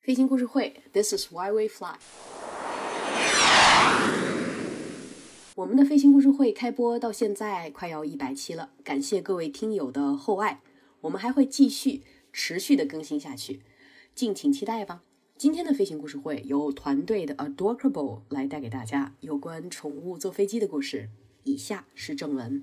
飞行故事会 This is why we fly。 我们的飞行故事会开播到现在快要100期了，感谢各位听友的厚爱，我们还会继续持续的更新下去，敬请期待吧。今天的飞行故事会由团队的 Adorable 来带给大家有关宠物坐飞机的故事，以下是正文。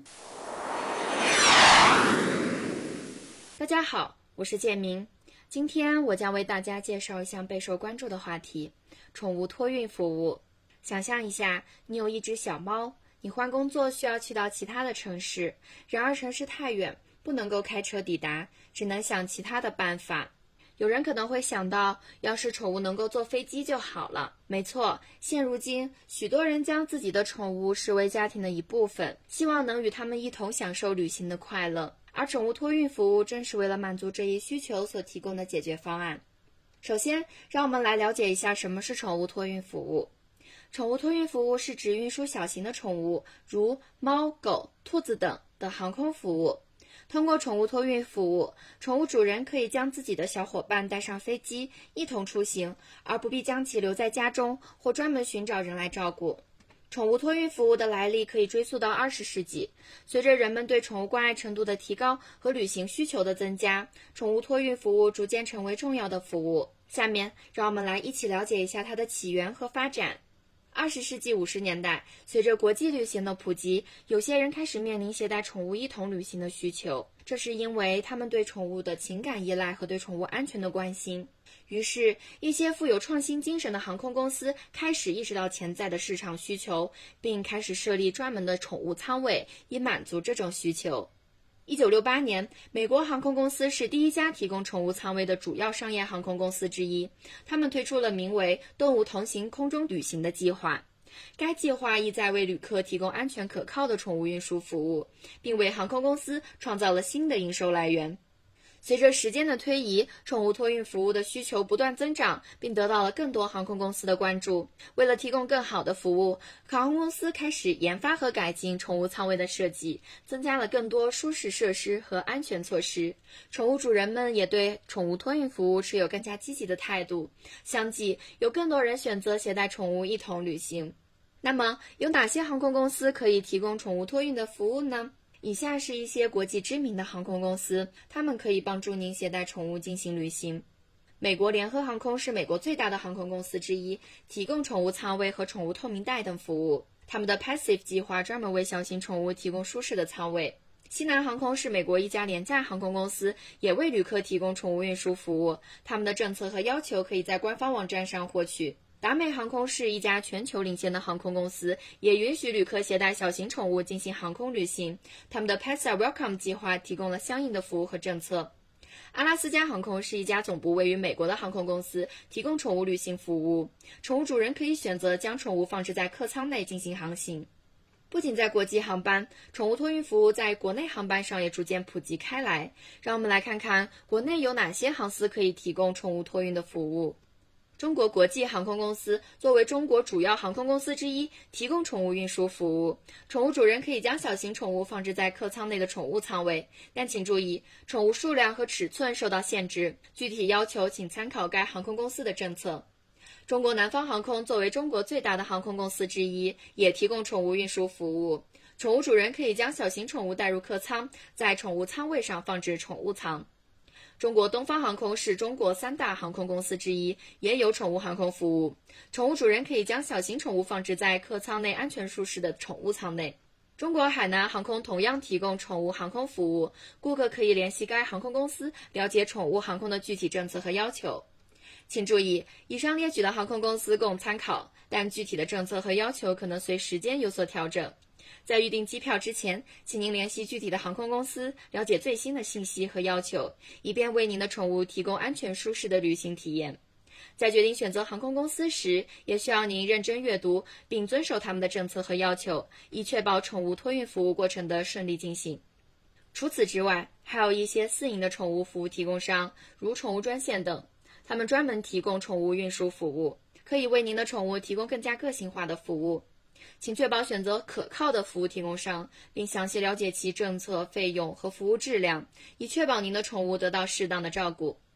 大家好，我是建明。今天我将为大家介绍一项备受关注的话题——宠物托运服务。想象一下，你有一只小猫，你换工作需要去到其他的城市，然而城市太远，不能够开车抵达，只能想其他的办法。有人可能会想到，要是宠物能够坐飞机就好了。没错，现如今，许多人将自己的宠物视为家庭的一部分，希望能与他们一同享受旅行的快乐。而宠物托运服务正是为了满足这一需求所提供的解决方案。首先，让我们来了解一下什么是宠物托运服务。宠物托运服务是指运输小型的宠物，如猫、狗、兔子等的航空服务。通过宠物托运服务，宠物主人可以将自己的小伙伴带上飞机，一同出行，而不必将其留在家中或专门寻找人来照顾。宠物托运服务的来历可以追溯到20世纪，随着人们对宠物关爱程度的提高和旅行需求的增加，宠物托运服务逐渐成为重要的服务。下面让我们来一起了解一下它的起源和发展。20世纪50年代，随着国际旅行的普及，有些人开始面临携带宠物一同旅行的需求，这是因为他们对宠物的情感依赖和对宠物安全的关心。于是，一些富有创新精神的航空公司开始意识到潜在的市场需求，并开始设立专门的宠物舱位，以满足这种需求。1968年，美国航空公司是第一家提供宠物舱位的主要商业航空公司之一，他们推出了名为“动物同行空中旅行”的计划。该计划意在为旅客提供安全可靠的宠物运输服务，并为航空公司创造了新的营收来源。随着时间的推移，宠物托运服务的需求不断增长，并得到了更多航空公司的关注。为了提供更好的服务，航空公司开始研发和改进宠物舱位的设计，增加了更多舒适设施和安全措施。宠物主人们也对宠物托运服务持有更加积极的态度，相继有更多人选择携带宠物一同旅行。那么，有哪些航空公司可以提供宠物托运的服务呢？以下是一些国际知名的航空公司，他们可以帮助您携带宠物进行旅行。美国联合航空是美国最大的航空公司之一，提供宠物舱位和宠物透明带等服务。他们的 Pacific 计划专门为小型宠物提供舒适的舱位。西南航空是美国一家廉价航空公司，也为旅客提供宠物运输服务。他们的政策和要求可以在官方网站上获取。达美航空是一家全球领先的航空公司，也允许旅客携带小型宠物进行航空旅行。他们的 Pets Welcome 计划提供了相应的服务和政策。阿拉斯加航空是一家总部位于美国的航空公司，提供宠物旅行服务。宠物主人可以选择将宠物放置在客舱内进行航行。不仅在国际航班，宠物托运服务在国内航班上也逐渐普及开来。让我们来看看国内有哪些航司可以提供宠物托运的服务。中国国际航空公司作为中国主要航空公司之一，提供宠物运输服务。宠物主人可以将小型宠物放置在客舱内的宠物舱位，但请注意，宠物数量和尺寸受到限制，具体要求请参考该航空公司的政策。中国南方航空作为中国最大的航空公司之一，也提供宠物运输服务。宠物主人可以将小型宠物带入客舱，在宠物舱位上放置宠物舱。中国东方航空是中国3大航空公司之一，也有宠物航空服务。宠物主人可以将小型宠物放置在客舱内安全舒适的宠物舱内。中国海南航空同样提供宠物航空服务，顾客可以联系该航空公司了解宠物航空的具体政策和要求。请注意，以上列举的航空公司供参考，但具体的政策和要求可能随时间有所调整。在预订机票之前，请您联系具体的航空公司，了解最新的信息和要求，以便为您的宠物提供安全舒适的旅行体验。在决定选择航空公司时，也需要您认真阅读并遵守他们的政策和要求，以确保宠物托运服务过程的顺利进行。除此之外，还有一些私营的宠物服务提供商，如宠物专线等，他们专门提供宠物运输服务，可以为您的宠物提供更加个性化的服务。请确保选择可靠的服务提供商，并详细了解其政策、费用和服务质量，以确保您的宠物得到适当的照顾。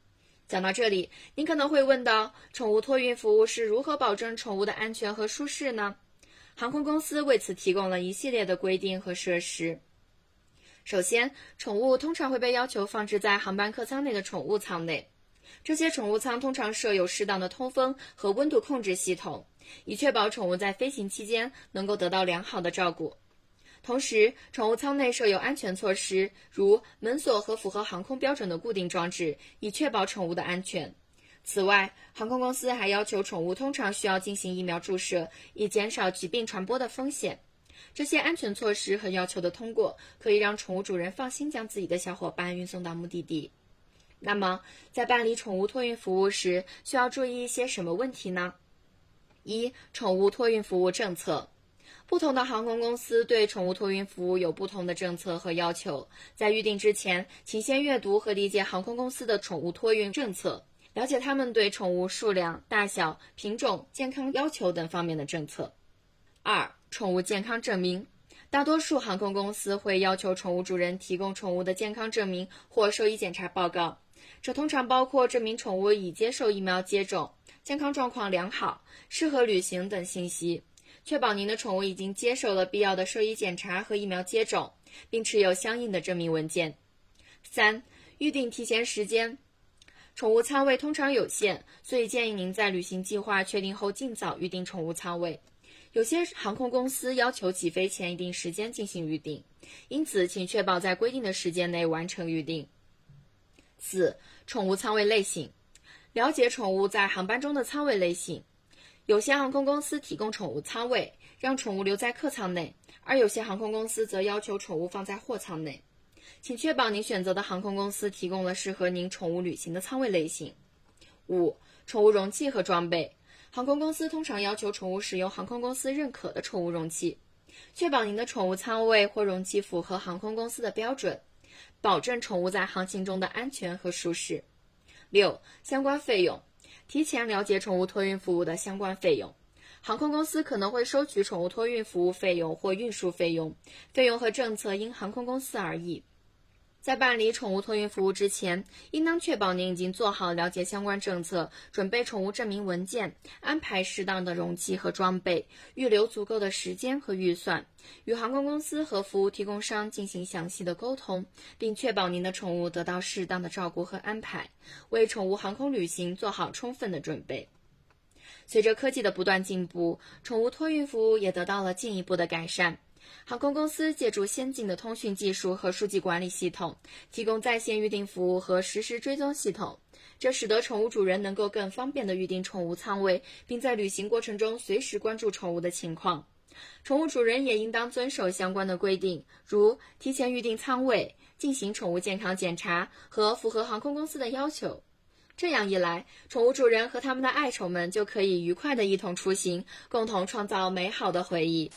讲到这里，您可能会问到，宠物托运服务是如何保证宠物的安全和舒适呢？航空公司为此提供了一系列的规定和设施。首先，宠物通常会被要求放置在航班客舱内的宠物舱内。这些宠物舱通常设有适当的通风和温度控制系统，以确保宠物在飞行期间能够得到良好的照顾。同时，宠物舱内设有安全措施，如门锁和符合航空标准的固定装置，以确保宠物的安全。此外，航空公司还要求宠物通常需要进行疫苗注射，以减少疾病传播的风险。这些安全措施和要求的通过，可以让宠物主人放心将自己的小伙伴运送到目的地。那么，在办理宠物托运服务时，需要注意一些什么问题呢？一、宠物托运服务政策。不同的航空公司对宠物托运服务有不同的政策和要求。在预订之前，请先阅读和理解航空公司的宠物托运政策，了解他们对宠物数量、大小、品种、健康要求等方面的政策。二、宠物健康证明。大多数航空公司会要求宠物主人提供宠物的健康证明或兽医检查报告，这通常包括证明宠物已接受疫苗接种、健康状况良好、适合旅行等信息，确保您的宠物已经接受了必要的兽医检查和疫苗接种，并持有相应的证明文件。三、预订提前时间。宠物舱位通常有限，所以建议您在旅行计划确定后尽早预订宠物舱位。有些航空公司要求起飞前一定时间进行预订，因此请确保在规定的时间内完成预订。四、宠物舱位类型。了解宠物在航班中的舱位类型。有些航空公司提供宠物舱位，让宠物留在客舱内，而有些航空公司则要求宠物放在货舱内。请确保您选择的航空公司提供了适合您宠物旅行的舱位类型。五、宠物容器和装备。航空公司通常要求宠物使用航空公司认可的宠物容器，确保您的宠物舱位或容器符合航空公司的标准，保证宠物在航行中的安全和舒适。六、相关费用。提前了解宠物托运服务的相关费用。航空公司可能会收取宠物托运服务费用或运输费用，费用和政策因航空公司而异。在办理宠物托运服务之前，应当确保您已经做好了解相关政策，准备宠物证明文件，安排适当的容器和装备，预留足够的时间和预算，与航空公司和服务提供商进行详细的沟通，并确保您的宠物得到适当的照顾和安排，为宠物航空旅行做好充分的准备。随着科技的不断进步，宠物托运服务也得到了进一步的改善。航空公司借助先进的通讯技术和数据管理系统，提供在线预订服务和实时追踪系统，这使得宠物主人能够更方便地预订宠物舱位，并在旅行过程中随时关注宠物的情况。宠物主人也应当遵守相关的规定，如提前预订舱位、进行宠物健康检查和符合航空公司的要求。这样一来，宠物主人和他们的爱宠们就可以愉快地一同出行，共同创造美好的回忆。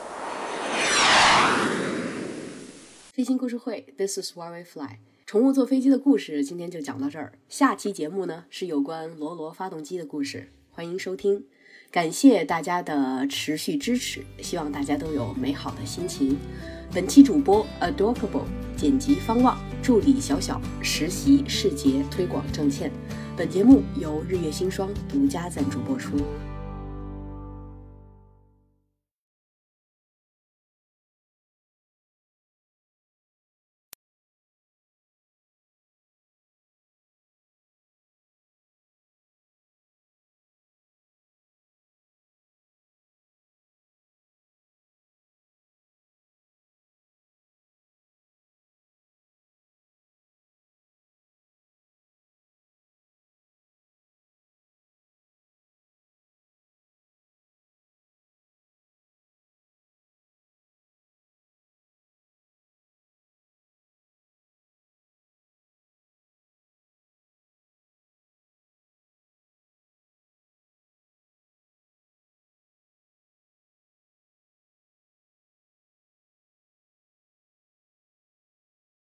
飞行故事会 This is why we fly 宠物坐飞机的故事今天就讲到这儿，下期节目呢是有关罗罗发动机的故事，欢迎收听。感谢大家的持续支持，希望大家都有美好的心情。本期主播 Adorable， 剪辑方望，助理小小，实习世杰，推广郑倩。本节目由日月星霜独家赞助播出。